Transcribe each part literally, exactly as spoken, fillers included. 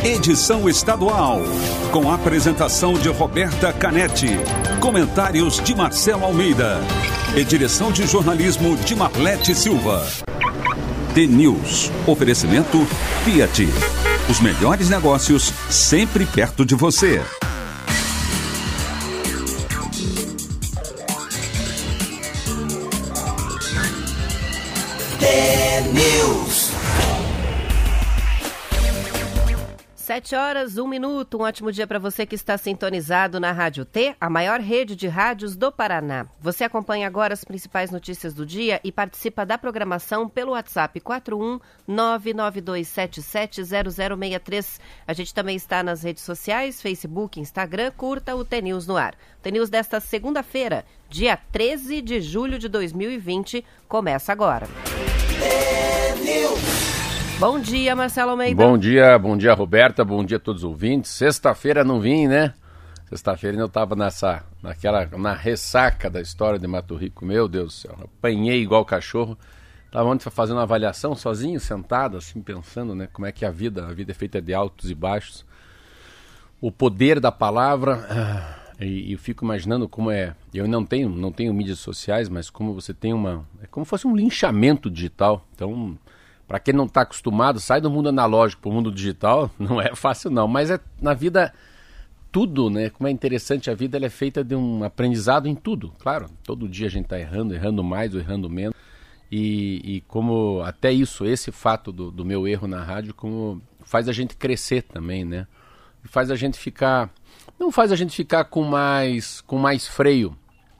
edição estadual, com a apresentação de Roberta Canetti, comentários de Marcelo Almeida e direção de jornalismo de Marlete Silva. T-News, oferecimento Fiat, os melhores negócios sempre perto de você. T-News. Sete horas, um minuto. Um ótimo dia para você que está sintonizado na Rádio T, a maior rede de rádios do Paraná. Você acompanha agora as principais notícias do dia e participa da programação pelo WhatsApp quatro um nove nove dois sete sete zero zero seis três. A gente também está nas redes sociais, Facebook, Instagram. Curta o T-News no ar. O T-News desta segunda-feira, dia treze de julho de dois mil e vinte, começa agora. T-News. Bom dia, Marcelo Almeida. Bom dia, bom dia, Roberta, bom dia a todos os ouvintes. Sexta-feira não vim, né? Sexta-feira eu estava nessa, naquela, na ressaca da história de Mato Rico. Meu Deus do céu, apanhei igual cachorro. Estava ontem fazendo uma avaliação sozinho, sentado, assim, pensando, né? Como é que é a vida, a vida é feita de altos e baixos. O poder da palavra, ah, e eu fico imaginando como é... Eu não tenho, não tenho mídias sociais, mas como você tem uma... É como se fosse um linchamento digital, então... Para quem não está acostumado, sai do mundo analógico para o mundo digital, não é fácil não, mas é na vida tudo, né? Como é interessante a vida, ela é feita de um aprendizado em tudo, claro, todo dia a gente está errando, errando mais ou errando menos, e, e como até isso, esse fato do, do meu erro na rádio, como faz a gente crescer também, né? Faz a gente ficar, não faz a gente ficar com mais, com mais freio,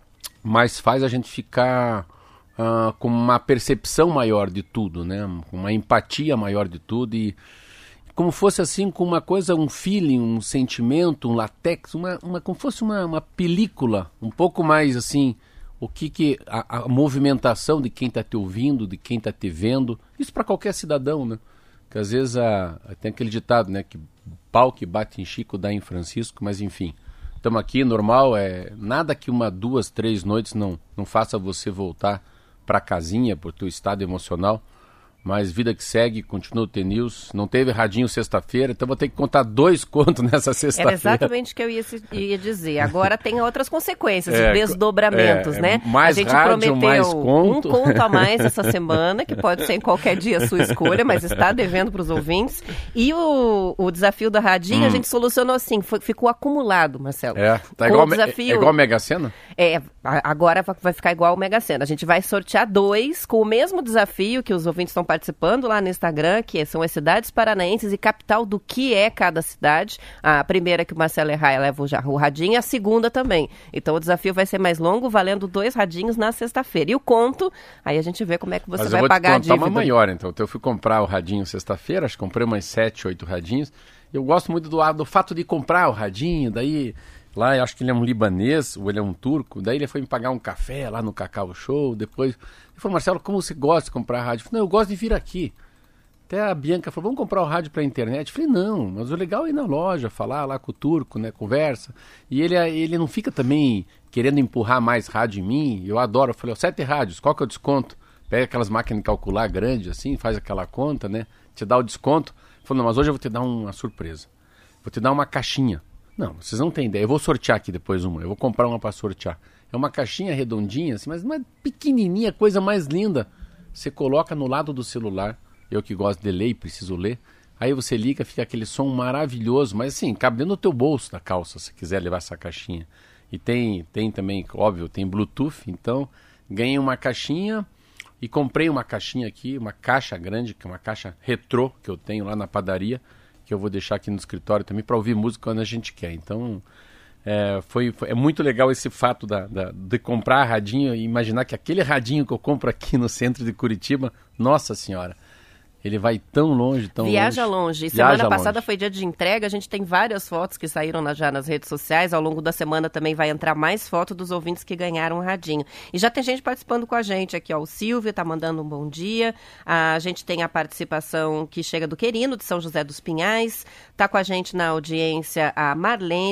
mas faz a gente ficar... Uh, com uma percepção maior de tudo, né? Uma empatia maior de tudo e como fosse assim com uma coisa, um feeling, um sentimento, um latex, uma, uma, como fosse uma, uma película, um pouco mais assim, o que que a, a movimentação de quem está te ouvindo, de quem está te vendo, isso para qualquer cidadão, né? Que às vezes a, tem aquele ditado, né? Que pau que bate em Chico dá em Francisco, mas enfim, estamos aqui, normal, é nada que uma, duas, três noites não, não faça você voltar para casinha, por teu estado emocional, mas vida que segue, continua o T-News, não teve radinho sexta-feira, então vou ter que contar dois contos nessa sexta-feira. Era exatamente o que eu ia, ia dizer, agora tem outras consequências, é, desdobramentos, é, né? Mais a gente rádio, prometeu mais conto. um conto a mais essa semana, que pode ser em qualquer dia a sua escolha, mas está devendo para os ouvintes, e o, o desafio da radinho hum. a gente solucionou assim, foi, ficou acumulado, Marcelo. É, tá igual, desafio, é igual a Mega Sena? É, agora vai ficar igual o Mega Sena, a gente vai sortear dois com o mesmo desafio que os ouvintes estão participando lá no Instagram, que são as cidades paranaenses e capital do que é cada cidade. A primeira que o Marcelo errar leva o radinho, a segunda também. Então o desafio vai ser mais longo, valendo dois radinhos na sexta-feira. E o conto, aí a gente vê como é que você Mas vai pagar a dívida. Mas eu vou te contar uma maior, então. Então eu fui comprar o radinho sexta-feira, acho que comprei umas sete, oito radinhos. Eu gosto muito do, do fato de comprar o radinho, daí... Lá eu acho que ele é um libanês, ou ele é um turco. Daí ele foi me pagar um café lá no Cacau Show. Depois ele falou, Marcelo, como você gosta de comprar rádio? Eu falei, não, eu gosto de vir aqui. Até a Bianca falou, vamos comprar o rádio pela internet? Eu falei, não, mas o legal é ir na loja, falar lá com o turco, né, conversa. E ele, ele não fica também querendo empurrar mais rádio em mim. Eu adoro. Eu falei, ó, sete rádios, qual que é o desconto? Pega aquelas máquinas de calcular grande assim, faz aquela conta, né? Te dá o desconto. Ele falou, não, mas hoje eu vou te dar uma surpresa. Vou te dar uma caixinha. Não, vocês não têm ideia. Eu vou sortear aqui depois uma. Eu vou comprar uma para sortear. É uma caixinha redondinha, assim, mas uma pequenininha, coisa mais linda. Você coloca no lado do celular. Eu que gosto de ler e preciso ler. Aí você liga, fica aquele som maravilhoso. Mas assim, cabe dentro do teu bolso da calça, se quiser levar essa caixinha. E tem, tem também, óbvio, tem Bluetooth. Então, ganhei uma caixinha e comprei uma caixinha aqui, uma caixa grande, que é uma caixa retrô que eu tenho lá na padaria, que eu vou deixar aqui no escritório também para ouvir música quando a gente quer. Então, é, foi, foi, é muito legal esse fato da, da, de comprar radinho e imaginar que aquele radinho que eu compro aqui no centro de Curitiba, nossa senhora, ele vai tão longe, tão Viaja longe. longe. Semana Viaja passada longe. Foi dia de entrega, a gente tem várias fotos que saíram na, já nas redes sociais. Ao longo da semana também vai entrar mais fotos dos ouvintes que ganharam um radinho. E já tem gente participando com a gente aqui, ó. O Silvio está mandando um bom dia. A gente tem a participação que chega do Querino, de São José dos Pinhais. Está com a gente na audiência a Marlene.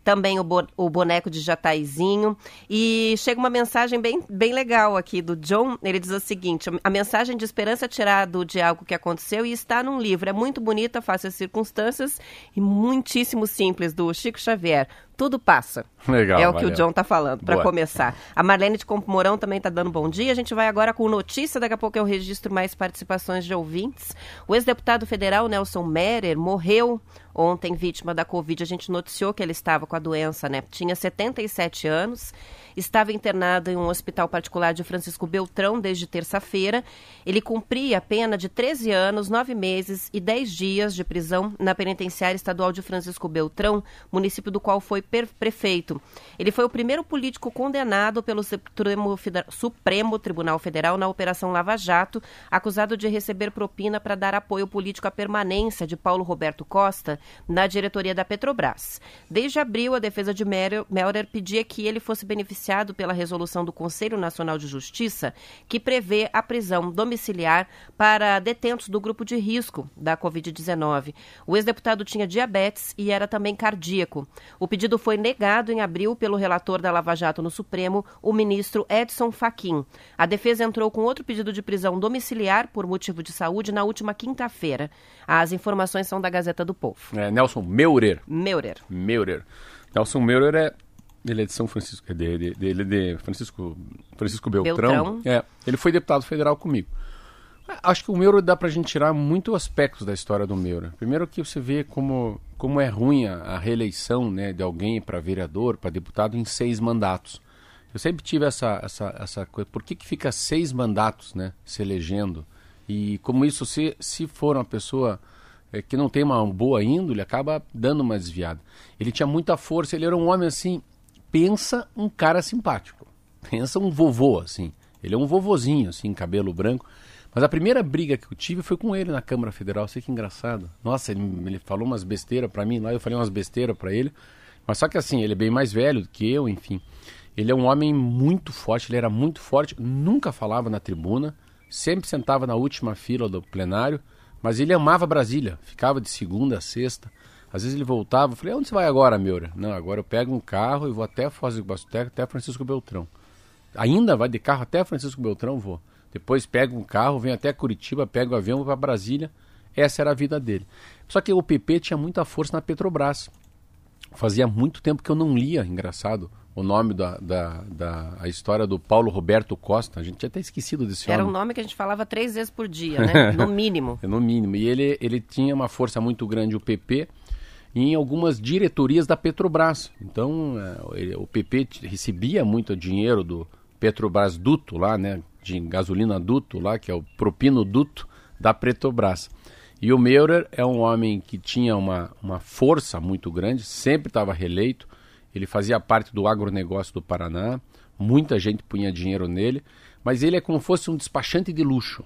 também o, bo, o boneco de Jataizinho. E chega uma mensagem bem, bem legal aqui do John. Ele diz o seguinte: a mensagem de esperança é tirada de algo que aconteceu e está num livro. É muito bonita, face às circunstâncias e muitíssimo simples, do Chico Xavier. Tudo passa. Legal, é o valeu. que o John está falando, para começar. A Marlene de Campo Mourão também está dando bom dia. A gente vai agora com notícia, daqui a pouco eu registro mais participações de ouvintes. O ex-deputado federal Nelson Merer morreu ontem, vítima da Covid. A gente noticiou que ele estava com a doença, né? Tinha setenta e sete anos, estava internado em um hospital particular de Francisco Beltrão desde terça-feira. Ele cumpria a pena de treze anos, nove meses e dez dias de prisão na penitenciária estadual de Francisco Beltrão, município do qual foi prefeito. Ele foi o primeiro político condenado pelo Supremo, Supremo Tribunal Federal na Operação Lava Jato, acusado de receber propina para dar apoio político à permanência de Paulo Roberto Costa na diretoria da Petrobras. Desde abril, a defesa de Melrer pedia que ele fosse beneficiado pela resolução do Conselho Nacional de Justiça, que prevê a prisão domiciliar para detentos do grupo de risco da covid dezenove. O ex-deputado tinha diabetes e era também cardíaco. O pedido foi negado em abril pelo relator da Lava Jato no Supremo, o ministro Edson Fachin. A defesa entrou com outro pedido de prisão domiciliar por motivo de saúde na última quinta-feira. As informações são da Gazeta do Povo. É, Nelson Meurer. Meurer. Meurer. Nelson Meurer é, ele é de São Francisco, é de, de, de, ele é de Francisco, Francisco Beltrão. Beltrão. É, ele foi deputado federal comigo. Acho que o Meurer dá pra gente tirar muitos aspectos da história do Meurer. Primeiro que você vê como, como é ruim a, a reeleição, né, de alguém para vereador, para deputado em seis mandatos. Eu sempre tive essa, essa, essa coisa, por que que fica seis mandatos, né, se elegendo? E como isso, se, se for uma pessoa é, que não tem uma boa índole, acaba dando uma desviada. Ele tinha muita força, ele era um homem assim, pensa um cara simpático, pensa um vovô, assim. Ele é um vovozinho, assim, cabelo branco. Mas a primeira briga que eu tive foi com ele na Câmara Federal. Sei que engraçado. Nossa, ele, ele falou umas besteiras pra mim lá, eu falei umas besteiras pra ele. Mas só que assim, ele é bem mais velho do que eu, enfim. Ele é um homem muito forte, ele era muito forte, nunca falava na tribuna, sempre sentava na última fila do plenário, mas ele amava Brasília, ficava de segunda a sexta. Às vezes ele voltava, eu falei, onde você vai agora, Meurer? Não, agora eu pego um carro e vou até Foz do Iguaçu, até Francisco Beltrão. Ainda vai de carro até Francisco Beltrão, vou. Depois pego um carro, venho até Curitiba, pego o avião, vou para Brasília. Essa era a vida dele. Só que o P P tinha muita força na Petrobras. Fazia muito tempo que eu não lia, engraçado, o nome da, da, da a história do Paulo Roberto Costa. A gente tinha até esquecido desse Era homem. um nome que a gente falava três vezes por dia, né? No mínimo. No mínimo. E ele, ele tinha uma força muito grande, o P P, em algumas diretorias da Petrobras. Então, ele, o P P recebia muito dinheiro do Petrobras Duto lá, né? De gasolina duto lá, que é o propino duto da Petrobras. E o Meurer é um homem que tinha uma, uma força muito grande, sempre estava reeleito, ele fazia parte do agronegócio do Paraná, muita gente punha dinheiro nele, mas ele é como se fosse um despachante de luxo.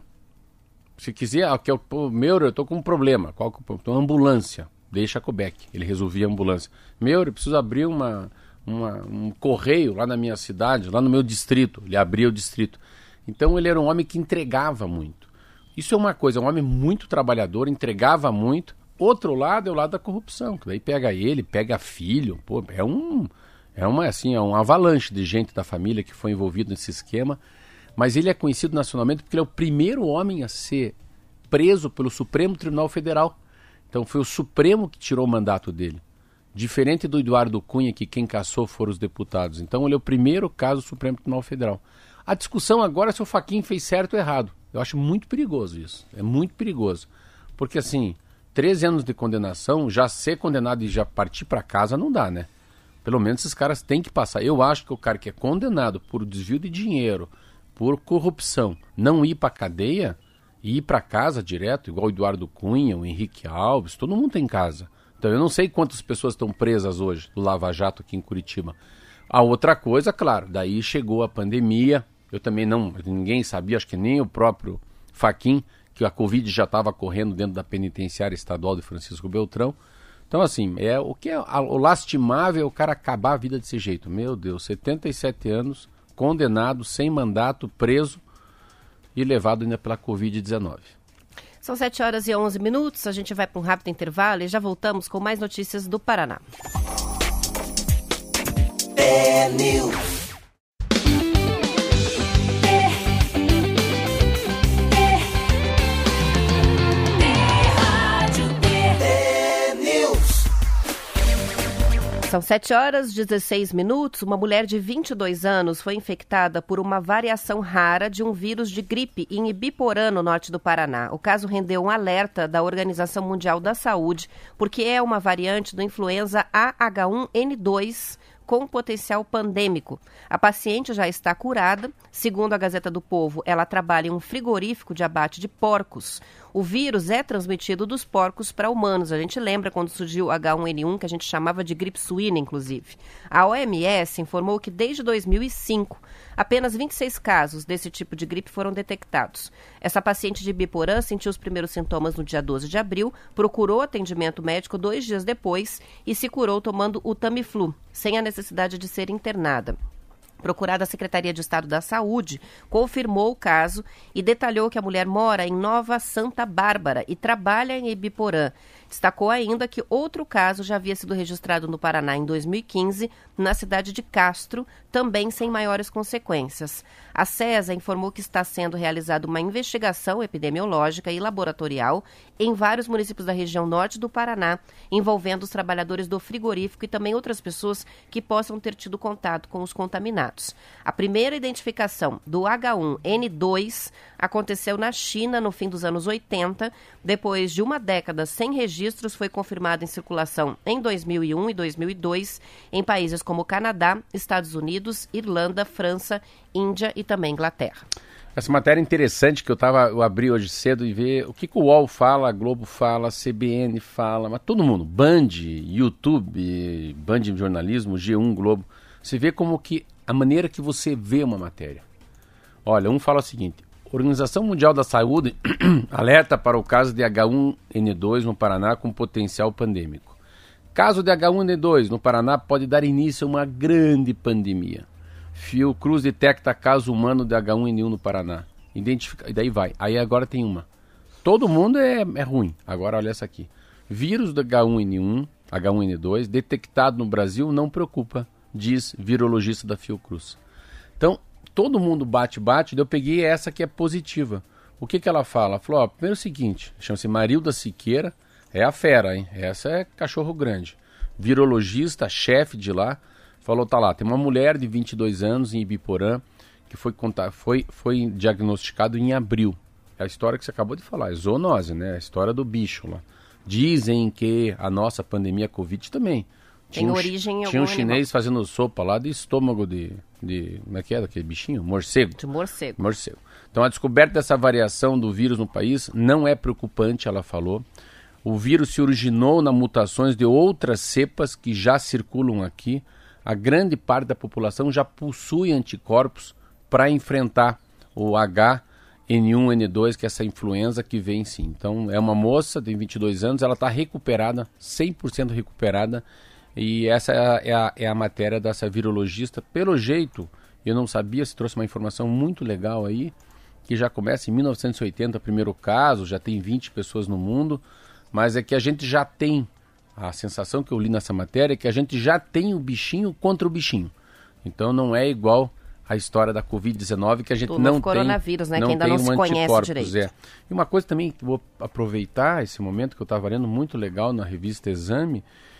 Se quiser, ah, que eu, pô, Meurer, eu estou com um problema, qual que é o problema? Ambulância, deixa com o Beck, ele resolvia a ambulância. Meurer, preciso abrir uma, uma, um correio lá na minha cidade, lá no meu distrito, ele abria o distrito. Então ele era um homem que entregava muito. Isso é uma coisa, um homem muito trabalhador, entregava muito. Outro lado é o lado da corrupção, que daí pega ele, pega filho, pô, é um, é uma assim, é um avalanche de gente da família que foi envolvido nesse esquema. Mas ele é conhecido nacionalmente porque ele é o primeiro homem a ser preso pelo Supremo Tribunal Federal. Então foi o Supremo que tirou o mandato dele. Diferente do Eduardo Cunha, que quem caçou foram os deputados. Então ele é o primeiro caso do Supremo Tribunal Federal. A discussão agora é se o Fachin fez certo ou errado. Eu acho muito perigoso isso. É muito perigoso. Porque, assim, treze anos de condenação, já ser condenado e já partir para casa não dá, né? Pelo menos esses caras têm que passar. Eu acho que o cara que é condenado por desvio de dinheiro, por corrupção, não ir para cadeia e ir para casa direto, igual o Eduardo Cunha, o Henrique Alves, todo mundo tem casa. Então eu não sei quantas pessoas estão presas hoje do Lava Jato aqui em Curitiba. A outra coisa, claro, daí chegou a pandemia. Eu também não, ninguém sabia, acho que nem o próprio Fachin, que a Covid já estava correndo dentro da penitenciária estadual de Francisco Beltrão. Então, assim, é, o que é o lastimável é o cara acabar a vida desse jeito. Meu Deus, setenta e sete anos, condenado, sem mandato, preso e levado ainda pela covid dezenove. São sete horas e onze minutos, a gente vai para um rápido intervalo e já voltamos com mais notícias do Paraná. É News. São sete horas e dezesseis minutos. Uma mulher de vinte e dois anos foi infectada por uma variação rara de um vírus de gripe em Ibiporã, no norte do Paraná. O caso rendeu um alerta da Organização Mundial da Saúde, porque é uma variante do influenza A H um N dois com potencial pandêmico. A paciente já está curada. Segundo a Gazeta do Povo, ela trabalha em um frigorífico de abate de porcos. O vírus é transmitido dos porcos para humanos. A gente lembra quando surgiu o H um N um, que a gente chamava de gripe suína, inclusive. A O M S informou que desde dois mil e cinco, apenas vinte e seis casos desse tipo de gripe foram detectados. Essa paciente de Ibiporã sentiu os primeiros sintomas no dia doze de abril, procurou atendimento médico dois dias depois e se curou tomando o Tamiflu, sem a necessidade de ser internada. Procurada a Secretaria de Estado da Saúde, confirmou o caso e detalhou que a mulher mora em Nova Santa Bárbara e trabalha em Ibiporã. Destacou ainda que outro caso já havia sido registrado no Paraná em dois mil e quinze, na cidade de Castro, também sem maiores consequências. A CESA informou que está sendo realizada uma investigação epidemiológica e laboratorial em vários municípios da região norte do Paraná, envolvendo os trabalhadores do frigorífico e também outras pessoas que possam ter tido contato com os contaminados. A primeira identificação do H um N dois aconteceu na China no fim dos anos oitenta, depois de uma década sem registros, foi confirmada em circulação em dois mil e um e dois mil e dois em países como Canadá, Estados Unidos, Irlanda, França, Índia e também Inglaterra. Essa matéria é interessante que eu, tava, eu abri hoje cedo e ver o que, que o U O L fala, a Globo fala, a C B N fala, mas todo mundo, Band, YouTube, Band de Jornalismo, G um, Globo, você vê como que a maneira que você vê uma matéria. Olha, um fala o seguinte: Organização Mundial da Saúde alerta para o caso de H um N dois no Paraná com potencial pandêmico. Caso de H um N dois no Paraná pode dar início a uma grande pandemia. Fiocruz detecta caso humano de H um N um no Paraná. Identifica... E daí vai. Aí agora tem uma. Todo mundo é, é ruim. Agora olha essa aqui. Vírus do H um N um, H um N dois, detectado no Brasil não preocupa, diz virologista da Fiocruz. Então, todo mundo bate-bate, eu peguei essa que é positiva. O que que ela fala? Ela falou, ó, primeiro o seguinte, chama-se Marilda Siqueira, é a fera, hein? Essa é cachorro grande. Virologista, chefe de lá, falou, tá lá, tem uma mulher de vinte e dois anos em Ibiporã, que foi, foi, foi diagnosticado em abril. É a história que você acabou de falar, é zoonose, né? A história do bicho lá. Dizem que a nossa pandemia Covid também. Tem tinha um, origem em Tinha um algum chinês animal. fazendo sopa lá de estômago de, de... Como é que é daquele bichinho? Morcego. De morcego. Morcego. Então a descoberta dessa variação do vírus no país não é preocupante, ela falou. O vírus se originou nas mutações de outras cepas que já circulam aqui. A grande parte da população já possui anticorpos para enfrentar o H N um N dois, que é essa influenza que vem sim. Então é uma moça, tem vinte e dois anos, ela está recuperada, cem por cento recuperada. E essa é a, é, a, é a matéria dessa virologista. Pelo jeito, eu não sabia, se trouxe uma informação muito legal aí, que já começa em mil novecentos e oitenta, primeiro caso, já tem vinte pessoas no mundo, mas é que a gente já tem, a sensação que eu li nessa matéria é que a gente já tem o bichinho contra o bichinho. Então não é igual a história da covid dezenove, que a gente Do não novo tem, coronavírus, né, não que ainda tem não um se conhece anticorpos, direito. é. E uma coisa também, que vou aproveitar esse momento que eu estava lendo muito legal na revista Exame,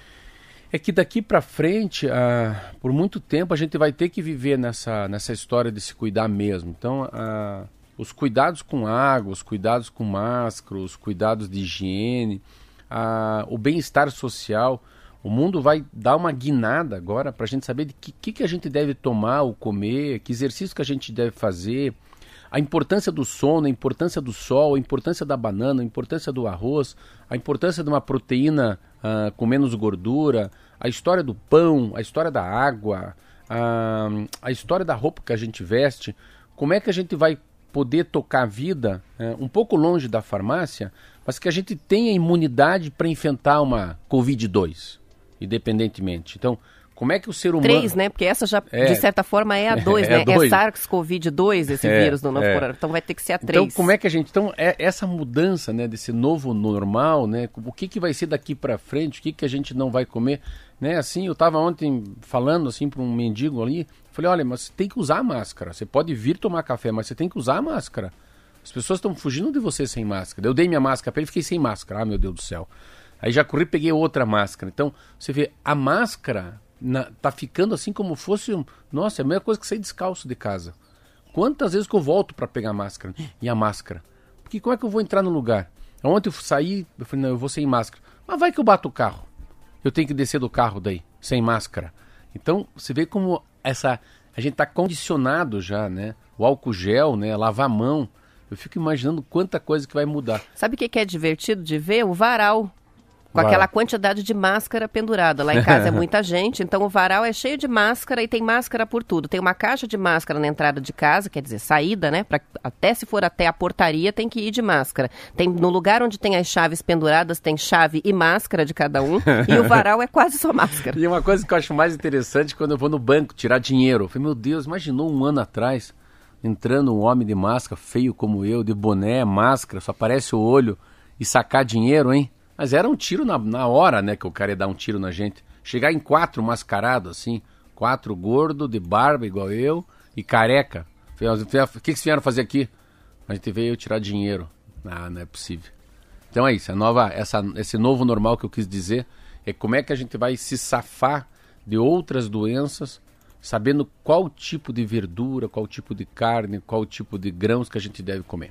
é que daqui para frente, ah, por muito tempo, a gente vai ter que viver nessa, nessa história de se cuidar mesmo. Então, ah, os cuidados com água, os cuidados com máscara, os cuidados de higiene, ah, o bem-estar social, o mundo vai dar uma guinada agora para a gente saber de que, que, que a gente deve tomar ou comer, que exercício que a gente deve fazer, a importância do sono, a importância do sol, a importância da banana, a importância do arroz, a importância de uma proteína uh, com menos gordura, a história do pão, a história da água, uh, a história da roupa que a gente veste. Como é que a gente vai poder tocar a vida uh, um pouco longe da farmácia, mas que a gente tenha imunidade para enfrentar uma covid dois, independentemente. Então, Como é que o ser humano... Três, né? Porque essa já, é, de certa forma, é a dois, é né? a dois. É SARS-CoV dois esse é, vírus do novo é. coronavírus. Então vai ter que ser a três. Então, como é que a gente... Então, é, essa mudança, né, desse novo normal, né? O que, que vai ser daqui para frente? O que, que a gente não vai comer? Né? Assim, eu estava ontem falando assim para um mendigo ali. Falei, olha, mas você tem que usar a máscara. Você pode vir tomar café, mas você tem que usar a máscara. As pessoas estão fugindo de você sem máscara. Eu dei minha máscara para ele e fiquei sem máscara. Ah, meu Deus do céu. Aí já corri e peguei outra máscara. Então, você vê, a máscara... Na, tá ficando assim como fosse um, nossa, é a mesma coisa que sair descalço de casa. Quantas vezes que eu volto para pegar a máscara? E a máscara? Porque como é que eu vou entrar no lugar? Ontem eu saí, eu falei, não, eu vou sem máscara. Mas vai que eu bato o carro. Eu tenho que descer do carro daí, sem máscara. Então, você vê como essa, a gente tá condicionado já, né? O álcool gel, né? Lavar a mão. Eu fico imaginando quanta coisa que vai mudar. Sabe o que que é divertido de ver? O varal. Com Varal. aquela quantidade de máscara pendurada. Lá em casa é muita gente, então o varal é cheio de máscara e tem máscara por tudo. Tem uma caixa de máscara na entrada de casa, quer dizer, saída, né? Pra, até se for até a portaria, tem que ir de máscara. Tem, no lugar onde tem as chaves penduradas, tem chave e máscara de cada um. E o varal é quase só máscara. E uma coisa que eu acho mais interessante, quando eu vou no banco tirar dinheiro. Eu falei, meu Deus, imaginou um ano atrás, entrando um homem de máscara, feio como eu, de boné, máscara, só aparece o olho, e sacar dinheiro, hein? Mas era um tiro na, na hora, né, que o cara ia dar um tiro na gente. Chegar em quatro mascarados, assim, quatro gordo, de barba igual eu, e careca. O que, que vocês vieram fazer aqui? A gente veio tirar dinheiro. Ah, não é possível. Então é isso, a nova, essa, esse novo normal que eu quis dizer é como é que a gente vai se safar de outras doenças, sabendo qual tipo de verdura, qual tipo de carne, qual tipo de grãos que a gente deve comer.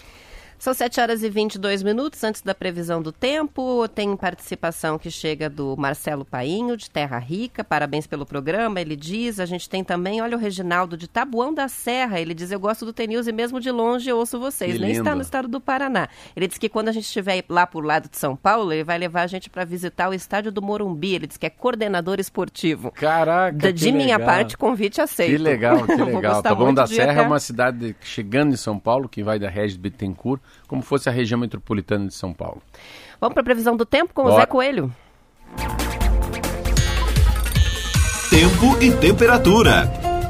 São sete horas e vinte e dois minutos antes da previsão do tempo. Tem participação que chega do Marcelo Painho, de Terra Rica. Parabéns pelo programa, ele diz. A gente tem também, olha o Reginaldo, de Taboão da Serra. Ele diz, eu gosto do T News e mesmo de longe eu ouço vocês. Que Nem lindo. está no estado do Paraná. Ele diz que quando a gente estiver lá por lado de São Paulo, ele vai levar a gente para visitar o estádio do Morumbi. Ele diz que é coordenador esportivo. Caraca, Da, De que minha legal. parte, convite aceito. Que legal, que Vou legal. gostar Taboão muito da de ir Serra até- é uma cidade chegando em São Paulo, que vai da Regis Bittencourt, como fosse a região metropolitana de São Paulo. Vamos para a previsão do tempo com o Bora. Zé Coelho. Tempo e temperatura.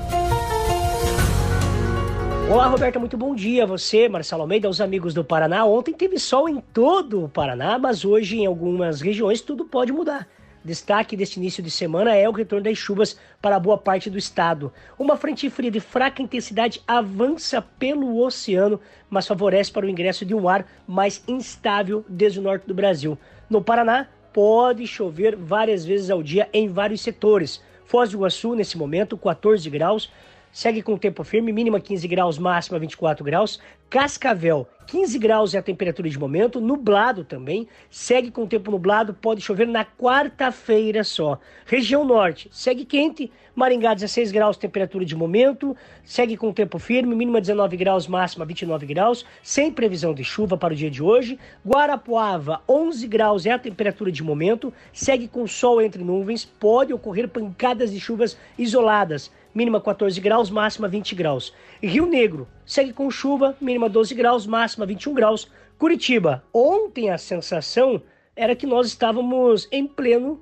Olá, Roberta, muito bom dia a você, Marcelo Almeida, aos amigos do Paraná. Ontem teve sol em todo o Paraná, mas hoje em algumas regiões tudo pode mudar. Destaque deste início de semana é o retorno das chuvas para boa parte do estado. Uma frente fria de fraca intensidade avança pelo oceano, mas favorece para o ingresso de um ar mais instável desde o norte do Brasil. No Paraná, pode chover várias vezes ao dia em vários setores. Foz do Iguaçu, nesse momento, quatorze graus. Segue com tempo firme, mínima quinze graus, máxima vinte e quatro graus. Cascavel, quinze graus é a temperatura de momento. Nublado também, segue com tempo nublado, pode chover na quarta-feira só. Região Norte, segue quente. Maringá, dezesseis graus, temperatura de momento. Segue com tempo firme, mínima dezenove graus, máxima vinte e nove graus. Sem previsão de chuva para o dia de hoje. Guarapuava, onze graus é a temperatura de momento. Segue com sol entre nuvens, pode ocorrer pancadas de chuvas isoladas. Mínima quatorze graus, máxima vinte graus. Rio Negro, segue com chuva, mínima doze graus, máxima vinte e um graus. Curitiba, ontem a sensação era que nós estávamos em pleno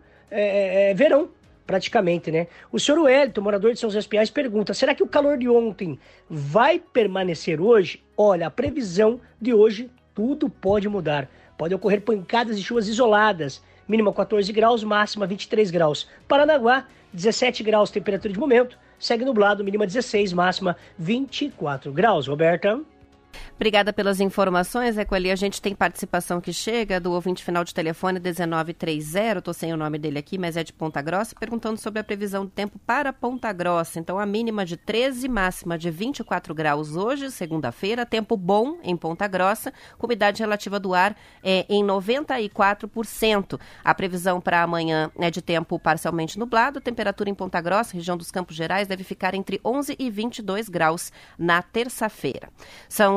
é, verão, praticamente, né? O senhor Wellington, morador de São José dos Pinhais, pergunta, será que o calor de ontem vai permanecer hoje? Olha, a previsão de hoje, tudo pode mudar. Pode ocorrer pancadas de chuvas isoladas, mínima quatorze graus, máxima vinte e três graus. Paranaguá, dezessete graus, temperatura de momento. Segue nublado, mínima dezesseis, máxima vinte e quatro graus. Roberta? Obrigada pelas informações, é com ali a gente tem participação que chega do ouvinte final de telefone dezenove trinta, estou sem o nome dele aqui, mas é de Ponta Grossa, perguntando sobre a previsão do tempo para Ponta Grossa. Então a mínima de treze, máxima de vinte e quatro graus hoje, segunda-feira, tempo bom em Ponta Grossa, com umidade relativa do ar é, em noventa e quatro por cento. A previsão para amanhã é de tempo parcialmente nublado, temperatura em Ponta Grossa, região dos Campos Gerais, deve ficar entre onze e vinte e dois graus na terça-feira. São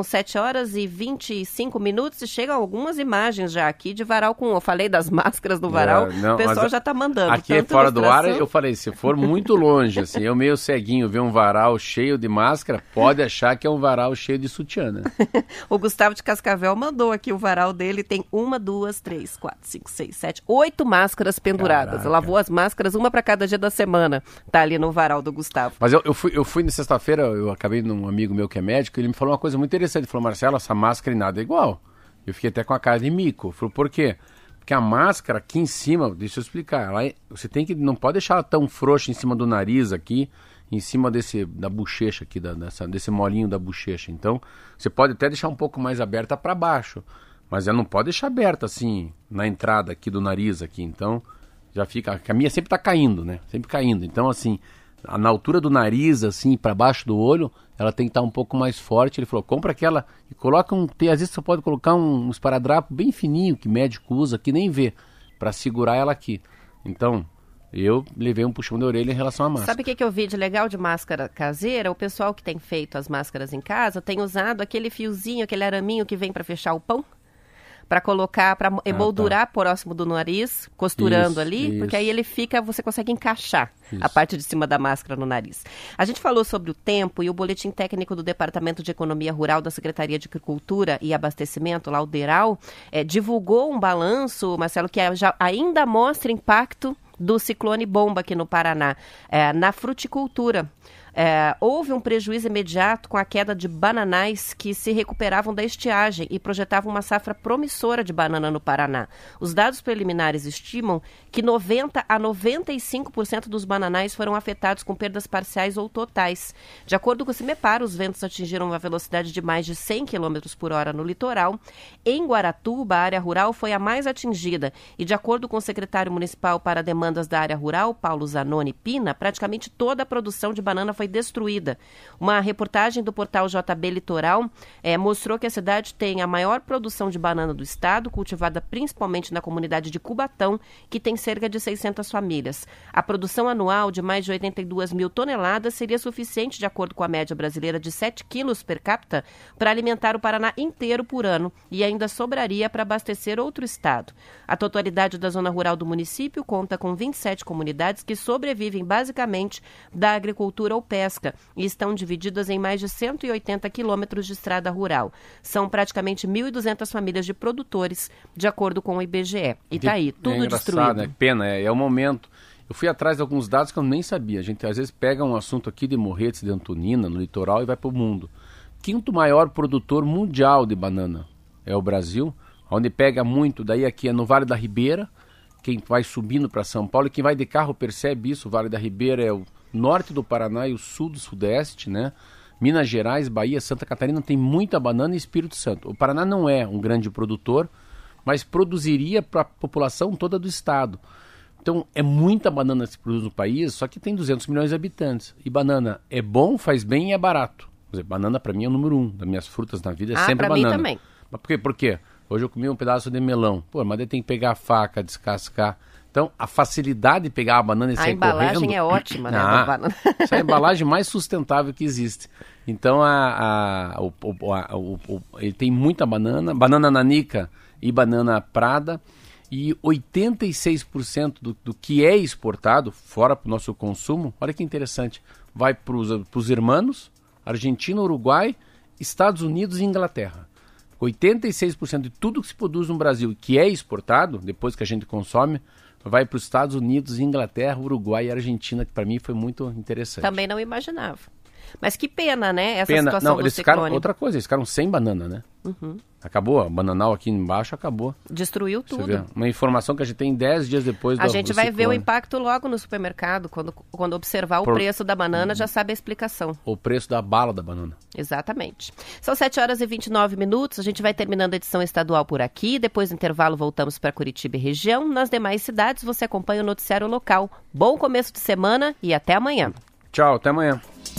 sete horas e vinte e cinco minutos e chegam algumas imagens já aqui de varal com... Eu falei das máscaras do varal, é, não, o pessoal já está mandando. Aqui é fora do ar, eu falei, se for muito longe, assim, eu meio ceguinho ver um varal cheio de máscara, pode achar que é um varal cheio de sutiã, né? O Gustavo de Cascavel mandou aqui o varal dele, tem uma, duas, três, quatro, cinco, seis, sete, oito máscaras penduradas. Caraca. Lavou as máscaras, uma para cada dia da semana, tá ali no varal do Gustavo. Mas eu, eu fui, eu fui na sexta-feira, eu acabei num amigo meu que é médico, ele me falou uma coisa muito interessante, ele falou, Marcelo, essa máscara e nada é igual. Eu fiquei até com a cara de mico. Falou, por quê? Porque a máscara aqui em cima, deixa eu explicar, ela é, você tem que, não pode deixar ela tão frouxa em cima do nariz aqui, em cima desse, da bochecha aqui, da, dessa, desse molinho da bochecha. Então, você pode até deixar um pouco mais aberta para baixo, mas ela não pode deixar aberta assim, na entrada aqui do nariz aqui. Então, já fica, a minha sempre tá caindo, né? Sempre caindo. Então, assim, na altura do nariz, assim, para baixo do olho, ela tem que estar um pouco mais forte. Ele falou, compra aquela e coloca um... Tem, às vezes você pode colocar um, um esparadrapo bem fininho que médico usa, que nem vê, para segurar ela aqui. Então, eu levei um puxão de orelha em relação à máscara. Sabe o que, que eu vi de legal de máscara caseira? O pessoal que tem feito as máscaras em casa tem usado aquele fiozinho, aquele araminho que vem para fechar o pão. Para colocar, para emoldurar ah, tá. próximo do nariz, costurando isso, ali, isso. Porque aí ele fica, você consegue encaixar isso. a parte de cima da máscara no nariz. A gente falou sobre o tempo e o boletim técnico do Departamento de Economia Rural da Secretaria de Agricultura e Abastecimento, lá o DERAL, é, divulgou um balanço, Marcelo, que já ainda mostra impacto do ciclone bomba aqui no Paraná, é, na fruticultura. É, houve um prejuízo imediato com a queda de bananais que se recuperavam da estiagem e projetavam uma safra promissora de banana no Paraná. Os dados preliminares estimam que noventa a noventa e cinco por cento dos bananais foram afetados com perdas parciais ou totais. De acordo com o CIMEPAR, os ventos atingiram uma velocidade de mais de cem quilômetros por hora no litoral. Em Guaratuba, a área rural foi a mais atingida e, de acordo com o secretário municipal para demandas da área rural, Paulo Zanoni Pina, praticamente toda a produção de banana foi destruída. Uma reportagem do portal J B Litoral é, mostrou que a cidade tem a maior produção de banana do estado, cultivada principalmente na comunidade de Cubatão, que tem cerca de seiscentas famílias. A produção anual de mais de oitenta e duas mil toneladas seria suficiente, de acordo com a média brasileira de sete quilos per capita, para alimentar o Paraná inteiro por ano e ainda sobraria para abastecer outro estado. A totalidade da zona rural do município conta com vinte e sete comunidades que sobrevivem basicamente da agricultura ou pesca e estão divididas em mais de cento e oitenta quilômetros de estrada rural. São praticamente mil e duzentas famílias de produtores, de acordo com o I B G E. E está aí, tudo é destruído. É pena, é, é o momento. Eu fui atrás de alguns dados que eu nem sabia. A gente às vezes pega um assunto aqui de Morretes de Antonina, no litoral, e vai para o mundo. Quinto maior produtor mundial de banana é o Brasil, onde pega muito, daí aqui é no Vale da Ribeira, quem vai subindo para São Paulo, e quem vai de carro percebe isso. O Vale da Ribeira é o norte do Paraná e o sul do Sudeste, né? Minas Gerais, Bahia, Santa Catarina tem muita banana e Espírito Santo. O Paraná não é um grande produtor, mas produziria para a população toda do estado. Então é muita banana que se produz no país, só que tem duzentos milhões de habitantes. E banana é bom, faz bem e é barato. Quer dizer, banana para mim é o número um das minhas frutas na vida, é ah, sempre pra banana. Mim também. Mas por quê? Por quê? Hoje eu comi um pedaço de melão. Pô, mas daí tem que pegar a faca, descascar. Então, a facilidade de pegar a banana e sair correndo... A embalagem é ótima, né? Ah, da banana. Essa é a embalagem mais sustentável que existe. Então, a, a, o, o, a, o, o, ele tem muita banana, banana nanica e banana prada, e oitenta e seis por cento do, do que é exportado, fora para o nosso consumo, olha que interessante, vai para os irmãos, Argentina, Uruguai, Estados Unidos e Inglaterra. oitenta e seis por cento de tudo que se produz no Brasil que é exportado, depois que a gente consome, vai para os Estados Unidos, Inglaterra, Uruguai e Argentina, que para mim foi muito interessante. Também não imaginava. Mas que pena, né, essa pena. situação não, do eles ciclone. Ficaram, outra coisa, eles ficaram sem banana, né? Uhum. Acabou, a bananal aqui embaixo acabou. Destruiu tudo. Uma informação que a gente tem dez dias depois do A gente do vai ciclone. ver o impacto logo no supermercado, quando, quando observar Por... o preço da banana, já sabe a explicação. O preço da bala da banana. Exatamente. São sete horas e vinte e nove minutos, a gente vai terminando a edição estadual por aqui, depois do intervalo voltamos para Curitiba e região. Nas demais cidades você acompanha o noticiário local. Bom começo de semana e até amanhã. Tchau, até amanhã.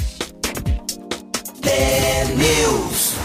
News.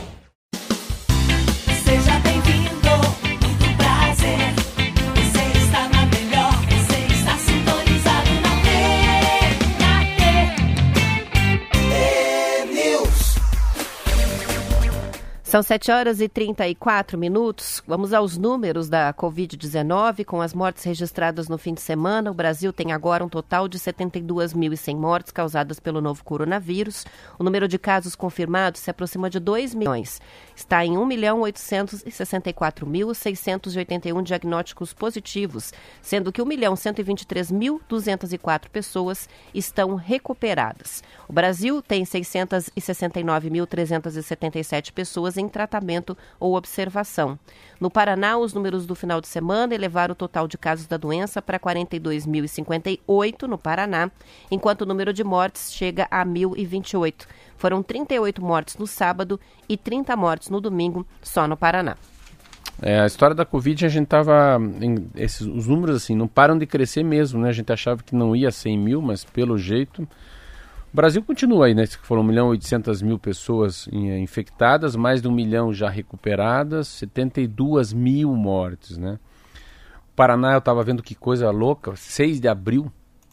Seja bem-vindo, muito prazer. Você está na melhor, você está sintonizado na T, na T. News. São sete horas e trinta e quatro minutos. Vamos aos números da covid dezenove. Com as mortes registradas no fim de semana, o Brasil tem agora um total de setenta e duas mil e cem mortes causadas pelo novo coronavírus. O número de casos confirmados se aproxima de dois milhões. Está em um milhão oitocentos e sessenta e quatro mil seiscentos e oitenta e um diagnósticos positivos, sendo que um milhão cento e vinte e três mil duzentas e quatro pessoas estão recuperadas. O Brasil tem seiscentos e sessenta e nove mil trezentos e setenta e sete pessoas em tratamento ou observação. No Paraná, os números do final de semana elevaram o total de casos da doença para quarenta e dois mil e cinquenta e oito no Paraná, enquanto o número de mortes chega a mil e vinte e oito. Foram trinta e oito mortes no sábado e trinta mortes no domingo, só no Paraná. É, a história da Covid, a gente estava... Os números, assim, não param de crescer mesmo, né? A gente achava que não ia cem mil, mas pelo jeito... O Brasil continua aí, né? Foram um milhão e oitocentas mil pessoas infectadas, mais de um milhão já recuperadas, setenta e duas mil mortes, né? O Paraná, eu estava vendo que coisa louca, seis de abril,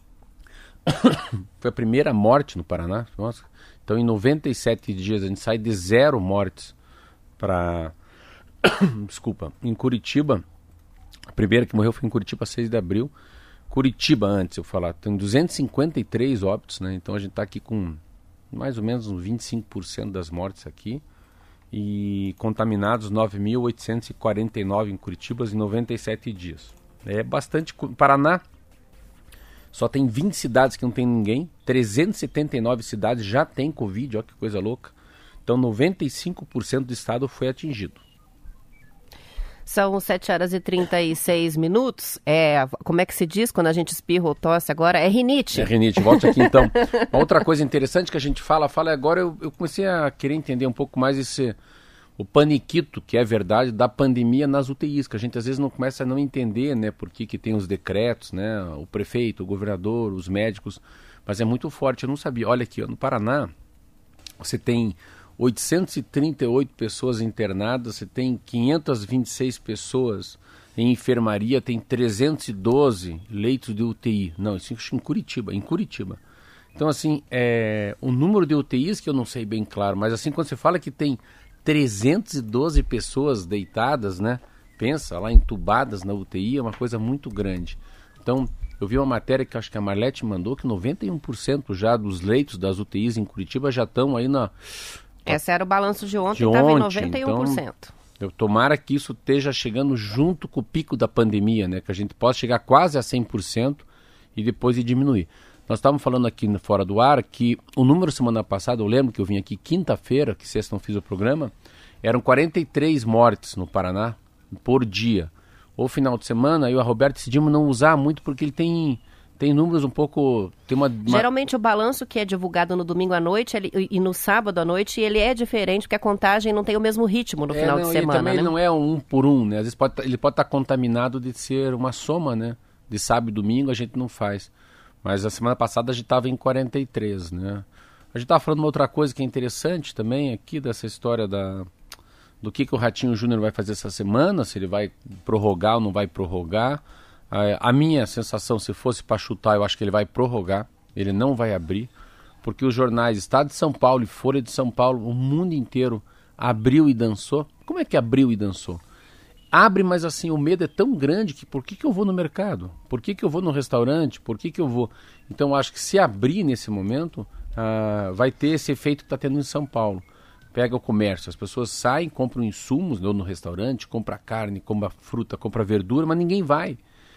foi a primeira morte no Paraná. Nossa. Então, em noventa e sete dias, a gente sai de zero mortes para... Desculpa, em Curitiba, a primeira que morreu foi em Curitiba, seis de abril. Curitiba, antes eu falar, tem duzentos e cinquenta e três óbitos, né? Então a gente está aqui com mais ou menos uns vinte e cinco por cento das mortes aqui. E contaminados nove mil oitocentos e quarenta e nove em Curitiba em noventa e sete dias. É bastante. Paraná só tem vinte cidades que não tem ninguém. trezentas e setenta e nove cidades já tem Covid, olha que coisa louca. Então noventa e cinco por cento do estado foi atingido. São sete horas e trinta e seis minutos. É, como é que se diz quando a gente espirra ou tosse agora? É rinite. É rinite, volte aqui então. Uma outra coisa interessante que a gente fala, fala agora, eu, eu comecei a querer entender um pouco mais esse, o paniquito, que é verdade, da pandemia nas U T Is, que a gente às vezes não começa a não entender, né, por que que tem os decretos, né, o prefeito, o governador, os médicos, mas é muito forte, eu não sabia. Olha aqui, ó, no Paraná, você tem oitocentas e trinta e oito pessoas internadas, você tem quinhentas e vinte e seis pessoas em enfermaria, tem trezentos e doze leitos de U T I. Não, isso em Curitiba, em Curitiba. Então, assim, é, o número de U T Is que eu não sei bem claro, mas assim, quando você fala que tem trezentas e doze pessoas deitadas, né? Pensa, lá entubadas na U T I, é uma coisa muito grande. Então, eu vi uma matéria que acho que a Marlete mandou, que noventa e um por cento já dos leitos das U T Is em Curitiba já estão aí na... Esse era o balanço de ontem, de estava em ontem, noventa e um por cento. Então, eu tomara que isso esteja chegando junto com o pico da pandemia, né? Que a gente possa chegar quase a cem por cento e depois ir diminuir. Nós estávamos falando aqui no Fora do Ar que o número semana passada, eu lembro que eu vim aqui quinta-feira, que sexta não fiz o programa, eram quarenta e três mortes no Paraná por dia. O final de semana, eu e a Roberta decidimos não usar muito porque ele tem... Tem números um pouco... Tem uma, uma... Geralmente o balanço que é divulgado no domingo à noite ele, e no sábado à noite, ele é diferente, porque a contagem não tem o mesmo ritmo no é, final não, de semana, também né? Não é um por um, né? Às vezes pode, ele pode estar contaminado de ser uma soma, né? De sábado e domingo a gente não faz. Mas a semana passada a gente estava em quarenta e três, né? A gente estava falando uma outra coisa que é interessante também aqui, dessa história da... do que, que o Ratinho Júnior vai fazer essa semana, se ele vai prorrogar ou não vai prorrogar. A minha sensação, se fosse para chutar, eu acho que ele vai prorrogar, ele não vai abrir, porque os jornais Estado de São Paulo e Folha de São Paulo, o mundo inteiro abriu e dançou. Como é que abriu e dançou? Abre, mas assim, o medo é tão grande que por que, que eu vou no mercado? Por que, que eu vou no restaurante? Por que, que eu vou... Então, eu acho que se abrir nesse momento, uh, vai ter esse efeito que está tendo em São Paulo. Pega o comércio, as pessoas saem, compram insumos no, no restaurante, compra carne, compra fruta, compra verdura, mas ninguém vai.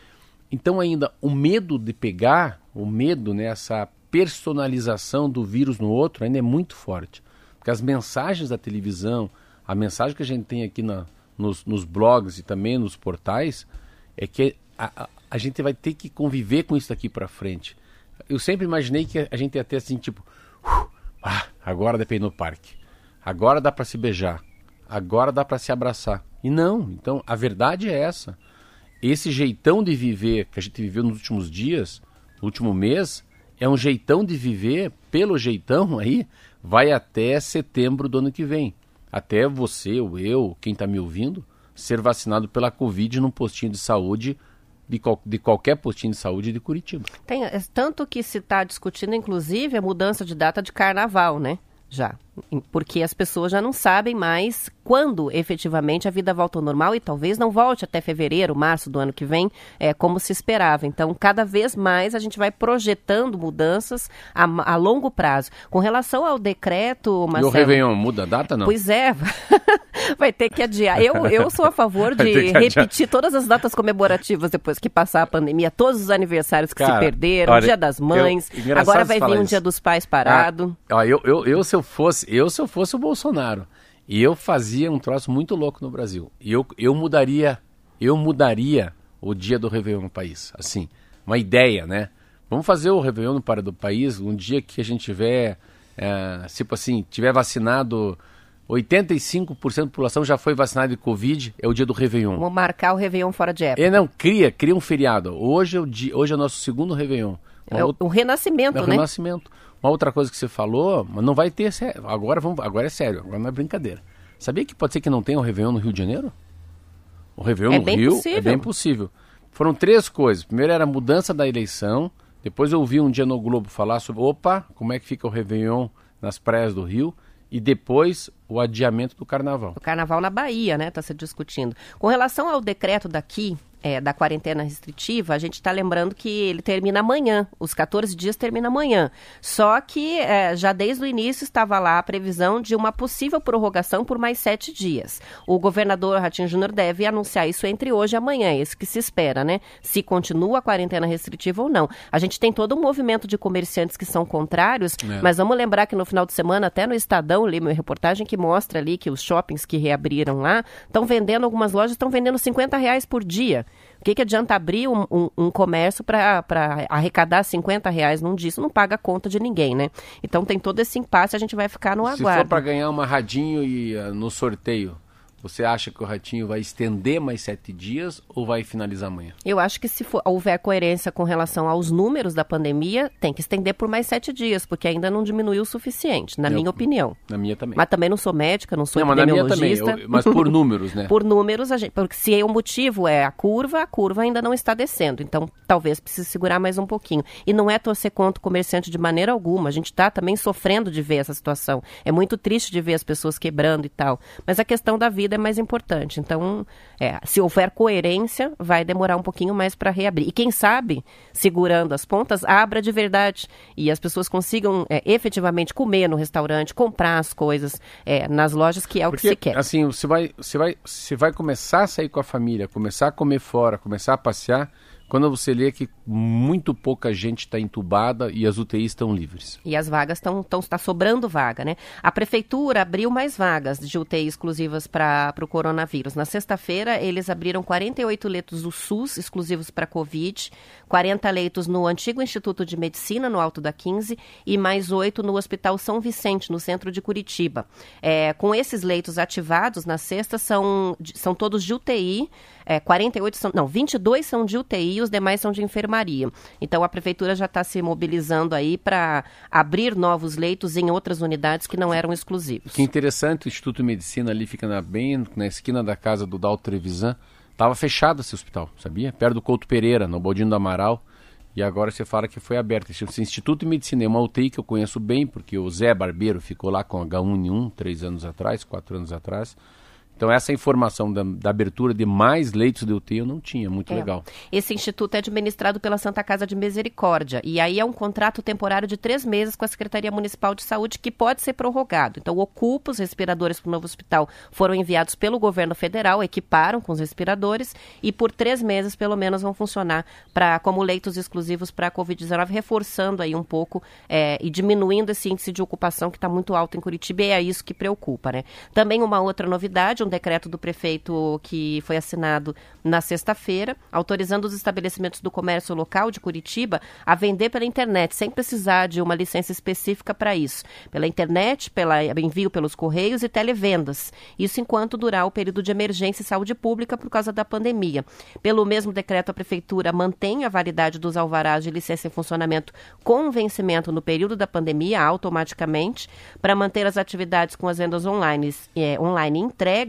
Então ainda o medo de pegar, o medo, né, essa personalização do vírus no outro ainda é muito forte. Porque as mensagens da televisão, a mensagem que a gente tem aqui na, nos, nos blogs e também nos portais, é que a, a, a gente vai ter que conviver com isso daqui para frente. Eu sempre imaginei que a gente ia ter assim, tipo, uh, ah, agora dá pra ir no parque, agora dá para se beijar, agora dá para se abraçar. E não, então a verdade é essa. Esse jeitão de viver que a gente viveu nos últimos dias, no último mês, é um jeitão de viver, pelo jeitão aí, vai até setembro do ano que vem. Até você, ou eu, quem está me ouvindo, ser vacinado pela Covid num postinho de saúde, de, qual, de qualquer postinho de saúde de Curitiba. Tem, é tanto que se está discutindo, inclusive, a mudança de data de carnaval, né? Já. porque as pessoas já não sabem mais quando efetivamente a vida volta ao normal e talvez não volte até fevereiro, março do ano que vem, é, como se esperava. Então, cada vez mais a gente vai projetando mudanças a, a longo prazo. Com relação ao decreto, Marcelo... E o Réveillon muda a data, não? Pois é, vai ter que adiar. Eu, eu sou a favor de repetir todas as datas comemorativas depois que passar a pandemia, todos os aniversários que Cara, se perderam, olha, Dia das Mães, eu, agora vai vir um isso. Dia dos Pais parado. Ah, ó, eu, eu, eu, se eu fosse, eu, se eu fosse o Bolsonaro, e eu fazia um troço muito louco no Brasil, e eu, eu mudaria, eu mudaria o dia do Réveillon no país, assim, uma ideia, né? Vamos fazer o Réveillon no para do país um dia que a gente tiver, é, tipo assim, tiver vacinado, oitenta e cinco por cento da população já foi vacinada de Covid, é o dia do Réveillon. Vamos marcar o Réveillon fora de época. É, não, cria, cria um feriado. Hoje é o, dia, hoje é o nosso segundo Réveillon. É o, o renascimento, é o né? renascimento. Uma outra coisa que você falou, mas não vai ter, agora, vamos, agora é sério, agora não é brincadeira. Sabia que pode ser que não tenha o Réveillon no Rio de Janeiro? O Réveillon é no Rio possível. é bem possível. Foram três coisas. Primeiro era a mudança da eleição, depois eu ouvi um dia no Globo falar sobre, opa, como é que fica o Réveillon nas praias do Rio, e depois o adiamento do Carnaval. O Carnaval na Bahia, né, está se discutindo. Com relação ao decreto daqui, é, da quarentena restritiva, a gente está lembrando que ele termina amanhã, os quatorze dias termina amanhã. Só que é, já desde o início estava lá a previsão de uma possível prorrogação por mais sete dias. O governador Ratinho Júnior deve anunciar isso entre hoje e amanhã, é isso que se espera, né? Se continua a quarentena restritiva ou não. A gente tem todo um movimento de comerciantes que são contrários, é. mas vamos lembrar que no final de semana, até no Estadão, li uma reportagem que mostra ali que os shoppings que reabriram lá estão vendendo, algumas lojas estão vendendo cinquenta reais por dia. O que, que adianta abrir um, um, um comércio para arrecadar cinquenta reais num dia? Isso não paga a conta de ninguém, né? Então tem todo esse impasse, a gente vai ficar no aguardo. Se for para ganhar uma radinho e uh, no sorteio, você acha que o Ratinho vai estender mais sete dias ou vai finalizar amanhã? Eu acho que se for, houver coerência com relação aos números da pandemia, tem que estender por mais sete dias, porque ainda não diminuiu o suficiente, na eu, minha opinião. Na minha também. Mas também não sou médica, não sou não, epidemiologista. Mas, na minha também, eu, mas por números, né? Por números, a gente, porque se o motivo é a curva, a curva ainda não está descendo. Então, talvez precise segurar mais um pouquinho. E não é torcer contra o comerciante de maneira alguma. A gente está também sofrendo de ver essa situação. É muito triste de ver as pessoas quebrando e tal. Mas a questão da vida é mais importante. Então, é, se houver coerência, vai demorar um pouquinho mais para reabrir. E quem sabe, segurando as pontas, abra de verdade e as pessoas consigam é, efetivamente comer no restaurante, comprar as coisas é, nas lojas, que é o Porque, que se quer. Assim, você vai, você, vai, você vai começar a sair com a família, começar a comer fora, começar a passear, quando você lê que muito pouca gente está entubada e as U T Is estão livres. E as vagas estão, está sobrando vaga, né? A prefeitura abriu mais vagas de U T I exclusivas para o coronavírus. Na sexta-feira, eles abriram quarenta e oito leitos do SUS exclusivos para Covid, quarenta leitos no antigo Instituto de Medicina, no Alto da quinze, e mais oito no Hospital São Vicente, no centro de Curitiba. É, com esses leitos ativados, na sexta, são, são todos de U T I, é, quarenta e oito são, não, vinte e dois são de U T I e os demais são de enfermaria. Então, a prefeitura já está se mobilizando aí para abrir novos leitos em outras unidades que não eram exclusivos. Que interessante, o Instituto de Medicina ali fica na, bem na esquina da casa do Dalto Trevisan. Estava fechado esse hospital, sabia? Perto do Couto Pereira, no Baldino do Amaral. E agora você fala que foi aberto. Esse Instituto de Medicina é uma U T I que eu conheço bem, porque o Zé Barbeiro ficou lá com H um N um três anos atrás, quatro anos atrás. Então, essa informação da, da abertura de mais leitos de U T I eu não tinha, muito é. legal. Esse instituto é administrado pela Santa Casa de Misericórdia, e aí é um contrato temporário de três meses com a Secretaria Municipal de Saúde, que pode ser prorrogado. Então, ocupa os respiradores para o novo hospital, foram enviados pelo governo federal, equiparam com os respiradores, e por três meses, pelo menos, vão funcionar pra, como leitos exclusivos para a covid dezenove, reforçando aí um pouco é, e diminuindo esse índice de ocupação que está muito alto em Curitiba, e é isso que preocupa, né? Também uma outra novidade, um decreto do prefeito que foi assinado na sexta-feira, autorizando os estabelecimentos do comércio local de Curitiba a vender pela internet, sem precisar de uma licença específica para isso. Pela internet, pela envio pelos correios e televendas. Isso enquanto durar o período de emergência e saúde pública por causa da pandemia. Pelo mesmo decreto, a prefeitura mantém a validade dos alvarás de licença em funcionamento com vencimento no período da pandemia, automaticamente, para manter as atividades com as vendas online, é, online entrega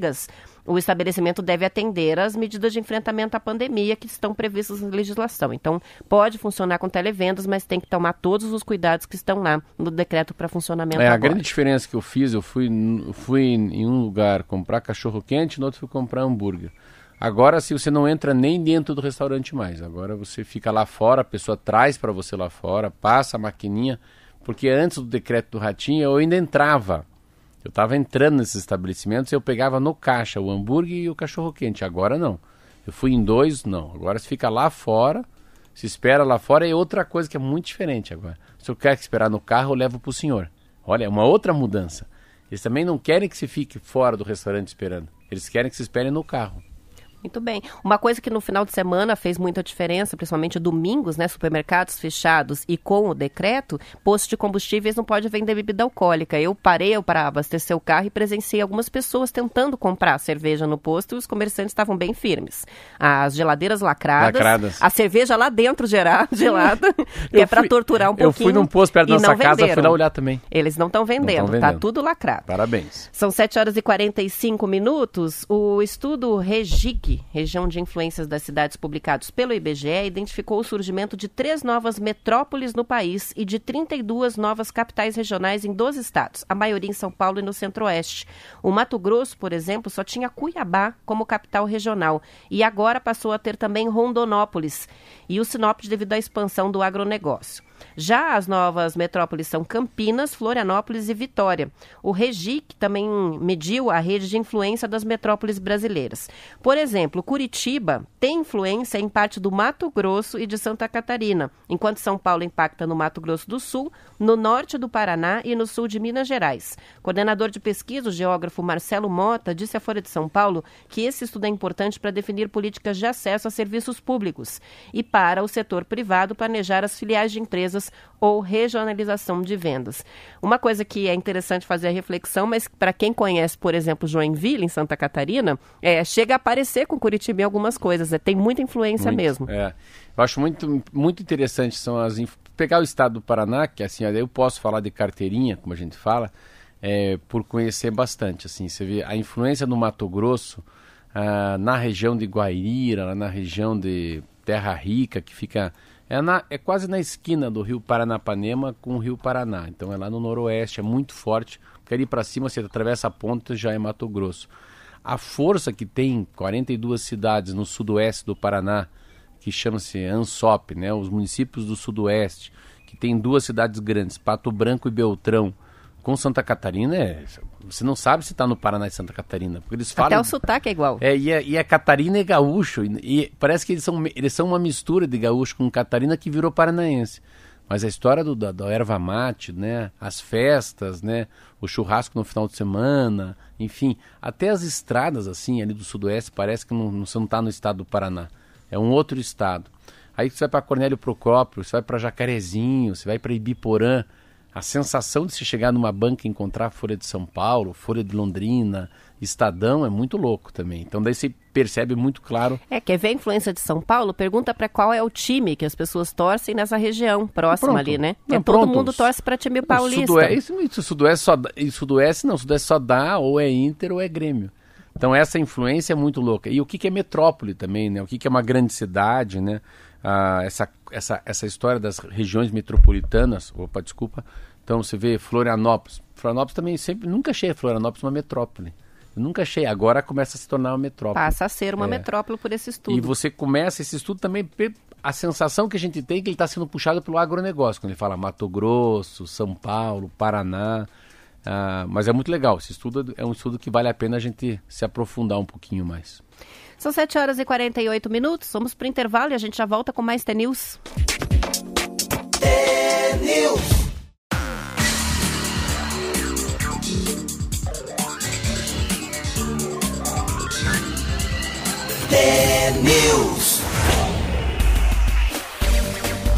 antigas, o estabelecimento deve atender às medidas de enfrentamento à pandemia que estão previstas na legislação. Então, pode funcionar com televendas, mas tem que tomar todos os cuidados que estão lá no decreto para funcionamento É, agora. a grande diferença que eu fiz, eu fui, fui em um lugar comprar cachorro-quente, no outro fui comprar hambúrguer. Agora, se você não entra nem dentro do restaurante mais, agora você fica lá fora, a pessoa traz para você lá fora, passa a maquininha, porque antes do decreto do Ratinho eu ainda entrava. Eu estava entrando nesses estabelecimentos e eu pegava no caixa o hambúrguer e o cachorro-quente. Agora não. Eu fui em dois, não. Agora você fica lá fora, se espera lá fora. E outra coisa que é muito diferente agora. Se eu quero esperar no carro, eu levo para o senhor. Olha, é uma outra mudança. Eles também não querem que você fique fora do restaurante esperando. Eles querem que você espere no carro. Muito bem. Uma coisa que no final de semana fez muita diferença, principalmente domingos, né, supermercados fechados e com o decreto, posto de combustíveis não pode vender bebida alcoólica. Eu parei para abastecer o carro e presenciei algumas pessoas tentando comprar cerveja no posto e os comerciantes estavam bem firmes. As geladeiras lacradas, Lacradas. a cerveja lá dentro gerada, gelada, que é para torturar um eu pouquinho. Eu fui num posto perto da e nossa casa, venderam. fui lá olhar também. Eles não estão vendendo, vendendo, tá tudo lacrado. Parabéns. São sete horas e quarenta e cinco minutos. O estudo REGIC, Região de Influências das Cidades, publicados pelo I B G E, identificou o surgimento de três novas metrópoles no país e de trinta e duas novas capitais regionais em doze estados, a maioria em São Paulo e no Centro-Oeste. O Mato Grosso, por exemplo, só tinha Cuiabá como capital regional e agora passou a ter também Rondonópolis e o Sinop devido à expansão do agronegócio. Já as novas metrópoles são Campinas, Florianópolis e Vitória. O REGIC também mediu a rede de influência das metrópoles brasileiras. Por exemplo, Curitiba tem influência em parte do Mato Grosso e de Santa Catarina, enquanto São Paulo impacta no Mato Grosso do Sul, no norte do Paraná e no sul de Minas Gerais. Coordenador de pesquisa, o geógrafo Marcelo Mota, disse à Folha de São Paulo que esse estudo é importante para definir políticas de acesso a serviços públicos e para o setor privado planejar as filiais de empresas ou regionalização de vendas. Uma coisa que é interessante fazer a reflexão, mas para quem conhece, por exemplo, Joinville, em Santa Catarina, é, chega a aparecer com Curitiba em algumas coisas, é, tem muita influência muito, mesmo. É. Eu acho muito, muito interessante são as inf... pegar o estado do Paraná, que assim, eu posso falar de carteirinha, como a gente fala, é, por conhecer bastante. Assim, você vê a influência no Mato Grosso, ah, na região de Guaíra, na região de Terra Rica, que fica... É, na, é quase na esquina do rio Paranapanema com o rio Paraná. Então é lá no noroeste, é muito forte. Quer ir para cima, você atravessa a ponta, já é Mato Grosso. A força que tem quarenta e duas cidades no sudoeste do Paraná, que chama-se ANSOP, né? Os municípios do sudoeste, que tem duas cidades grandes, Pato Branco e Beltrão, com Santa Catarina, é, você não sabe se está no Paraná e Santa Catarina, porque eles falam... Até o sotaque é igual. É, e é, e é Catarina e gaúcho, e, e parece que eles são, eles são uma mistura de gaúcho com Catarina que virou paranaense. Mas a história do, da, da erva mate, né, as festas, né, o churrasco no final de semana, enfim, até as estradas assim ali do sudoeste parece que não, você não está no estado do Paraná, é um outro estado. Aí você vai para Cornélio Procópio, você vai para Jacarezinho, você vai para Ibiporã. A sensação de se chegar numa banca e encontrar Folha de São Paulo, Folha de Londrina, Estadão, é muito louco também. Então daí você percebe muito claro. É, quer ver a influência de São Paulo? Pergunta para qual é o time que as pessoas torcem nessa região próxima pronto. ali, né? Não, é, todo mundo torce para time paulista. Sudoeste, isso, Sudoeste só dá, Sudoeste não, Sudoeste só dá ou é Inter ou é Grêmio. Então essa influência é muito louca. E o que, que é metrópole também, né? O que, que é uma grande cidade, né? Ah, essa, essa, essa história das regiões metropolitanas, opa, desculpa, então você vê Florianópolis, Florianópolis também sempre, nunca achei Florianópolis uma metrópole, eu nunca achei, agora começa a se tornar uma metrópole. Passa a ser uma é. metrópole por esse estudo. E você começa esse estudo também, a sensação que a gente tem é que ele está sendo puxado pelo agronegócio, quando ele fala Mato Grosso, São Paulo, Paraná, ah, mas é muito legal, esse estudo é um estudo que vale a pena a gente se aprofundar um pouquinho mais. São sete horas e quarenta e oito minutos, vamos para o intervalo e a gente já volta com mais T-News. T-News. T-News.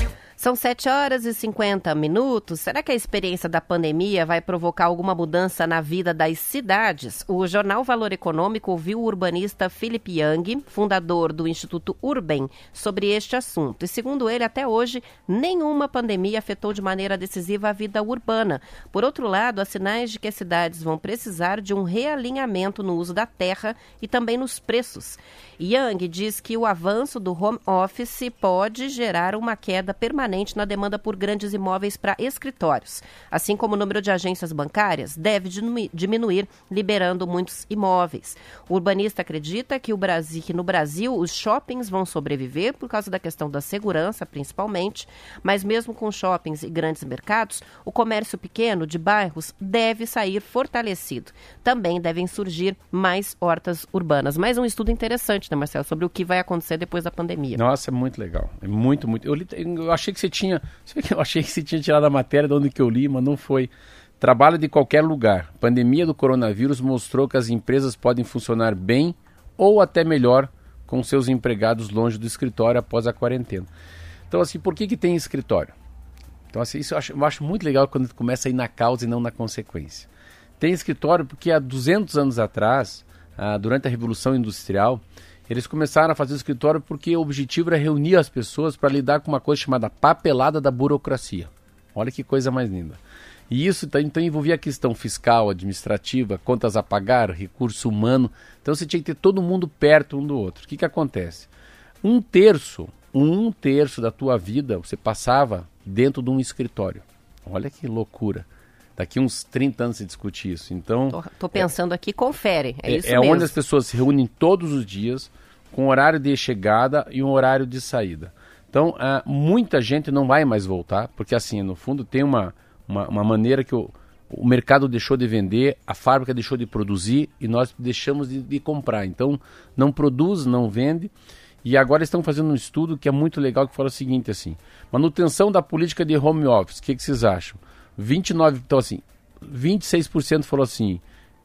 São sete horas e cinquenta minutos. Será que a experiência da pandemia vai provocar alguma mudança na vida das cidades? O jornal Valor Econômico ouviu o urbanista Philip Young, fundador do Instituto Urben, sobre este assunto. E segundo ele, até hoje, nenhuma pandemia afetou de maneira decisiva a vida urbana. Por outro lado, há sinais de que as cidades vão precisar de um realinhamento no uso da terra e também nos preços. Young diz que o avanço do home office pode gerar uma queda permanente na demanda por grandes imóveis para escritórios, assim como o número de agências bancárias deve diminuir, liberando muitos imóveis. O urbanista acredita que, o Brasil, que no Brasil os shoppings vão sobreviver por causa da questão da segurança, principalmente, mas mesmo com shoppings e grandes mercados, o comércio pequeno de bairros deve sair fortalecido. Também devem surgir mais hortas urbanas. Mais um estudo interessante, né, Marcelo, sobre o que vai acontecer depois da pandemia. Nossa, é muito legal. É muito, muito. Eu, li, eu achei que você tinha. Eu achei que você tinha tirado a matéria de onde que eu li, mas não foi. Trabalho de qualquer lugar. Pandemia do coronavírus mostrou que as empresas podem funcionar bem ou até melhor com seus empregados longe do escritório após a quarentena. Então, assim, por que que tem escritório? Então, assim, isso eu acho, eu acho muito legal quando começa a ir na causa e não na consequência. Tem escritório porque há duzentos anos atrás, ah, durante a Revolução Industrial, eles começaram a fazer o escritório porque o objetivo era reunir as pessoas para lidar com uma coisa chamada papelada da burocracia. Olha que coisa mais linda. E isso então envolvia a questão fiscal, administrativa, contas a pagar, recurso humano. Então você tinha que ter todo mundo perto um do outro. O que que acontece? Um terço, um terço da tua vida você passava dentro de um escritório. Olha que loucura. Daqui uns trinta anos se discute isso. Então, tô, tô pensando é, aqui, confere. É, é isso é mesmo. É onde as pessoas se reúnem todos os dias, com horário de chegada e um horário de saída. Então, uh, muita gente não vai mais voltar, porque assim, no fundo, tem uma, uma, uma maneira que o, o mercado deixou de vender, a fábrica deixou de produzir e nós deixamos de, de comprar. Então, não produz, não vende. E agora estão fazendo um estudo que é muito legal, que fala o seguinte, assim, manutenção da política de home office, o que, que vocês acham? vinte e nove por cento, então assim, vinte e seis por cento falou assim,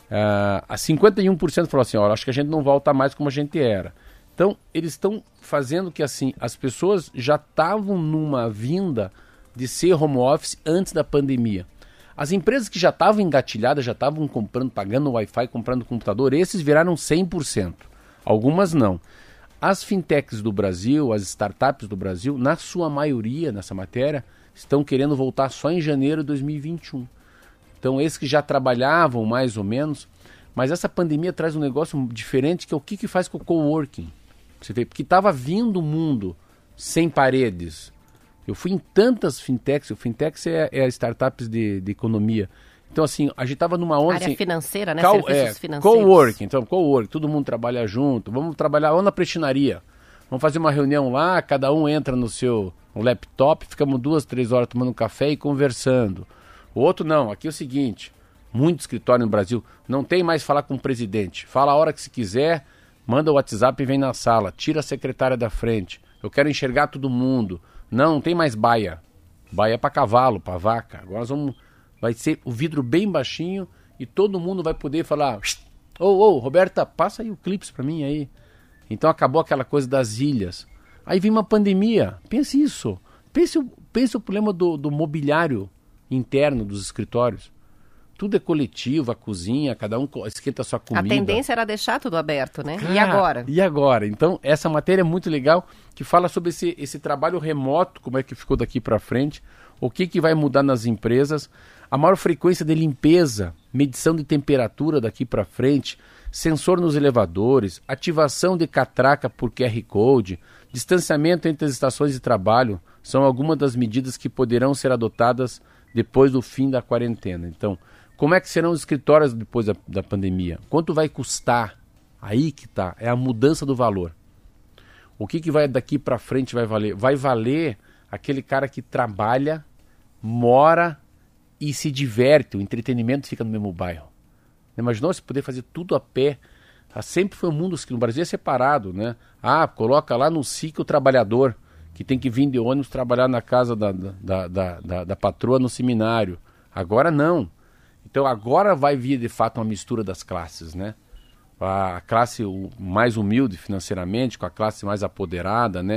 uh, a cinquenta e um por cento falou assim, olha, acho que a gente não volta mais como a gente era. Então, eles estão fazendo que assim, as pessoas já estavam numa vinda de ser home office antes da pandemia. As empresas que já estavam engatilhadas, já estavam comprando, pagando Wi-Fi, comprando computador, esses viraram cem por cento. Algumas não. As fintechs do Brasil, as startups do Brasil, na sua maioria, nessa matéria, estão querendo voltar só em janeiro de dois mil e vinte e um. Então, esses que já trabalhavam mais ou menos, mas essa pandemia traz um negócio diferente, que é o que, que faz com o coworking. Você vê, porque estava vindo o mundo sem paredes. Eu fui em tantas fintechs, o fintechs é, é startups de, de economia. Então, assim, a gente estava numa onda... Área assim, financeira, né? Cal, Serviços é, financeiros. Coworking, então, coworking, todo mundo trabalha junto, vamos trabalhar ou na prestinaria. Vamos fazer uma reunião lá, cada um entra no seu no laptop, ficamos duas, três horas tomando um café e conversando. O outro não, aqui é o seguinte, muito escritório no Brasil, não tem mais falar com o presidente. Fala a hora que se quiser, manda o WhatsApp e vem na sala, tira a secretária da frente. Eu quero enxergar todo mundo. Não, não tem mais baia. Baia é para cavalo, para vaca. Agora nós vamos, vai ser o vidro bem baixinho e todo mundo vai poder falar, ô, ô, Roberta, passa aí o clips para mim aí. Então acabou aquela coisa das ilhas. Aí vem uma pandemia. Pense isso. Pense, pense o problema do, do mobiliário interno dos escritórios. Tudo é coletivo, a cozinha, cada um esquenta a sua comida. A tendência era deixar tudo aberto, né? Cara, e agora? E agora? Então, essa matéria é muito legal, que fala sobre esse, esse trabalho remoto, como é que ficou daqui para frente, o que, que vai mudar nas empresas, a maior frequência de limpeza, medição de temperatura daqui para frente, sensor nos elevadores, ativação de catraca por Q R Code, distanciamento entre as estações de trabalho, são algumas das medidas que poderão ser adotadas depois do fim da quarentena. Então, como é que serão os escritórios depois da, da pandemia? Quanto vai custar? Aí que tá, é a mudança do valor. O que, que vai daqui para frente vai valer? Vai valer aquele cara que trabalha, mora e se diverte, o entretenimento fica no mesmo bairro. Imaginou se poder fazer tudo a pé? Ah, sempre foi um mundo que no Brasil é separado, né? Ah, coloca lá no S I C o trabalhador, que tem que vir de ônibus trabalhar na casa da, da, da, da, da patroa no seminário. Agora não. Então agora vai vir de fato uma mistura das classes, né? A classe mais humilde financeiramente com a classe mais apoderada, né?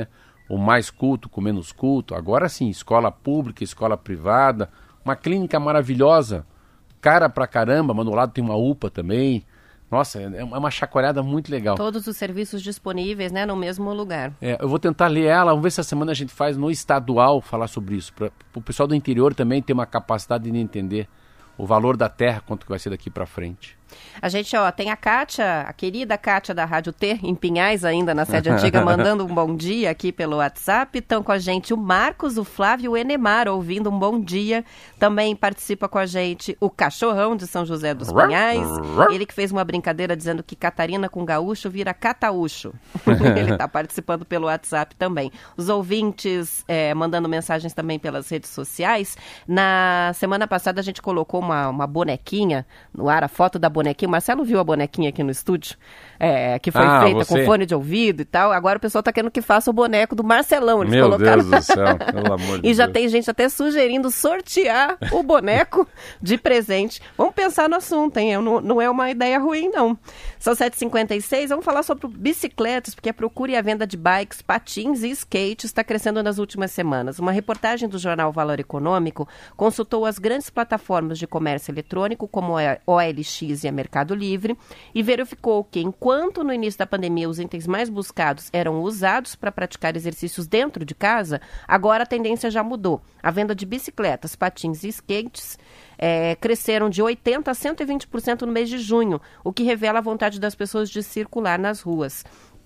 o mais culto com menos culto. Agora sim, escola pública, escola privada, uma clínica maravilhosa, cara pra caramba, mas no lado tem uma U P A também. Nossa, é uma chacoalhada muito legal. Todos os serviços disponíveis, né, no mesmo lugar. É, eu vou tentar ler ela, vamos ver se essa semana a gente faz no estadual falar sobre isso, para o pessoal do interior também ter uma capacidade de entender o valor da terra, quanto que vai ser daqui para frente. A gente, ó, tem a Kátia, a querida Kátia da Rádio T, em Pinhais ainda, na sede antiga, mandando um bom dia aqui pelo WhatsApp. Estão com a gente o Marcos, o Flávio e o Enemar, ouvindo um bom dia. Também participa com a gente o Cachorrão de São José dos Pinhais. Ele que fez uma brincadeira dizendo que Catarina com gaúcho vira cataúcho. Ele está participando pelo WhatsApp também. Os ouvintes é, mandando mensagens também pelas redes sociais. Na semana passada a gente colocou uma, uma bonequinha no ar, a foto da bonequinha. O Marcelo viu a bonequinha aqui no estúdio, é, que foi ah, feita você... com fone de ouvido e tal. Agora o pessoal tá querendo que faça o boneco do Marcelão. Eles Meu colocaram... Deus do céu, pelo amor de E já Deus. tem gente até sugerindo sortear o boneco de presente. Vamos pensar no assunto, hein? Não, não é uma ideia ruim, não. São sete e cinquenta e seis, vamos falar sobre bicicletas, porque a procura e a venda de bikes, patins e skates está crescendo nas últimas semanas. Uma reportagem do jornal Valor Econômico consultou as grandes plataformas de comércio eletrônico, como a O L X e a Mercado Livre, e verificou que, enquanto no início da pandemia os itens mais buscados eram usados para praticar exercícios dentro de casa, agora a tendência já mudou. A venda de bicicletas, patins e skates é, cresceram de oitenta por cento a cento e vinte por cento no mês de junho, o que revela a vontade das pessoas de circular nas ruas.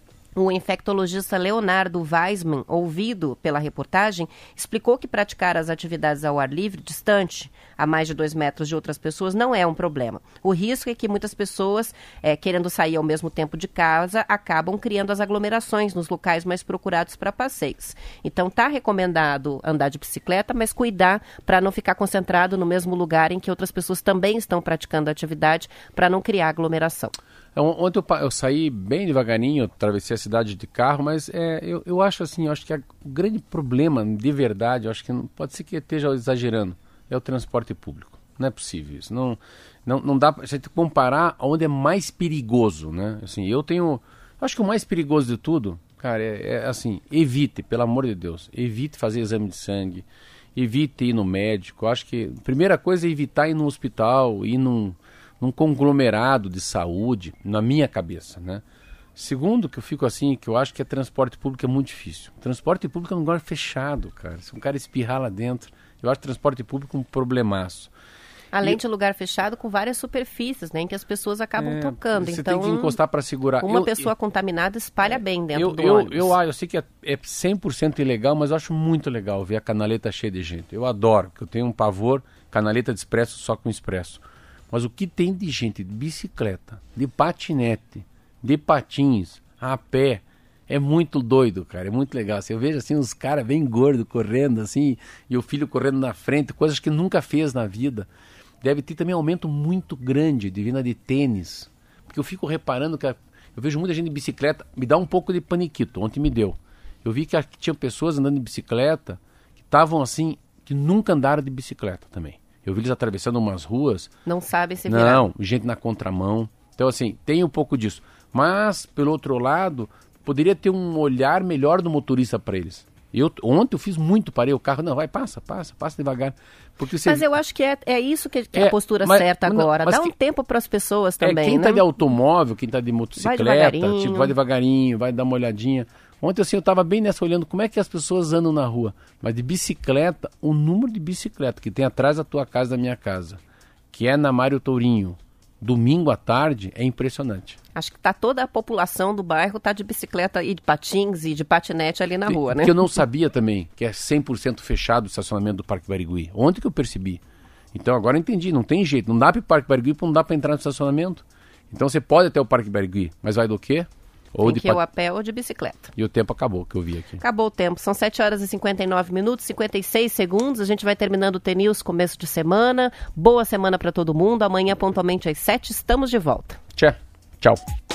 O infectologista Leonardo Weissman, ouvido pela reportagem, explicou que praticar as atividades ao ar livre, distante, a mais de dois metros de outras pessoas, não é um problema. O risco é que muitas pessoas, é, querendo sair ao mesmo tempo de casa, acabam criando as aglomerações nos locais mais procurados para passeios. Então, está recomendado andar de bicicleta, mas cuidar para não ficar concentrado no mesmo lugar em que outras pessoas também estão praticando a atividade, para não criar aglomeração. Ontem eu, eu saí bem devagarinho, atravessei a cidade de carro, mas é, eu, eu acho assim, eu acho que a, o grande problema, de verdade, eu acho que não, pode ser que eu esteja exagerando, é o transporte público. Não é possível isso. Não, não, não dá para a gente comparar onde é mais perigoso, né? Assim, eu tenho, eu acho que o mais perigoso de tudo, cara, é, é assim, evite, pelo amor de Deus, evite fazer exame de sangue, evite ir no médico. Eu acho que a primeira coisa é evitar ir no hospital, ir num... num conglomerado de saúde, na minha cabeça, né? Segundo, que eu fico assim, que eu acho que é transporte público é muito difícil. Transporte público é um lugar fechado, cara. Se um cara espirrar lá dentro, eu acho transporte público um problemaço. Além e... de lugar fechado com várias superfícies, né, em que as pessoas acabam é, tocando. Você então, tem que encostar para segurar. Uma eu, pessoa eu, contaminada espalha bem dentro eu, do eu, ônibus. Eu, eu, eu sei que é, é cem por cento ilegal, mas eu acho muito legal ver a canaleta cheia de gente. Eu adoro, porque eu tenho um pavor, canaleta de expresso só com expresso. Mas o que tem de gente de bicicleta, de patinete, de patins, a pé, é muito doido, cara, é muito legal. Assim, eu vejo assim uns caras bem gordos correndo assim, e o filho correndo na frente, coisas que nunca fez na vida. Deve ter também um aumento muito grande de vinda de tênis, porque eu fico reparando que a, eu vejo muita gente de bicicleta, me dá um pouco de paniquito, ontem me deu. Eu vi que a, tinha pessoas andando de bicicleta que estavam assim, que nunca andaram de bicicleta também. Eu vi eles atravessando umas ruas. Não sabem se virar. Não, gente na contramão. Então, assim, tem um pouco disso. Mas, pelo outro lado, poderia ter um olhar melhor do motorista para eles. Eu, ontem eu fiz muito, parei o carro. Não, vai, passa, passa, passa devagar. Porque você... Mas eu acho que é, é isso que, que é é a postura mas, certa mas, agora. Dá que, um tempo para as pessoas também, é, quem né? Quem está de automóvel, quem está de motocicleta, vai devagarinho. tipo, vai devagarinho, vai dar uma olhadinha. Ontem assim, eu estava bem nessa olhando como é que as pessoas andam na rua. Mas de bicicleta, o número de bicicleta que tem atrás da tua casa, da minha casa, que é na Mário Tourinho, domingo à tarde, é impressionante. Acho que tá toda a população do bairro tá de bicicleta e de patins e de patinete ali na Sim, rua, né? Que eu não sabia também, que é cem por cento fechado o estacionamento do Parque Barigui. Ontem que eu percebi. Então agora eu entendi, não tem jeito. Não dá para ir para o Parque Barigui porque não dá para entrar no estacionamento. Então você pode até o Parque Barigui, mas vai do quê? Ou Tem de que ir pat... a pé ou de bicicleta. E o tempo acabou, que eu vi aqui. Acabou o tempo. São sete horas e cinquenta e nove minutos, cinquenta e seis segundos. A gente vai terminando o T News começo de semana. Boa semana para todo mundo. Amanhã, pontualmente às sete, estamos de volta. Tchau. Tchau.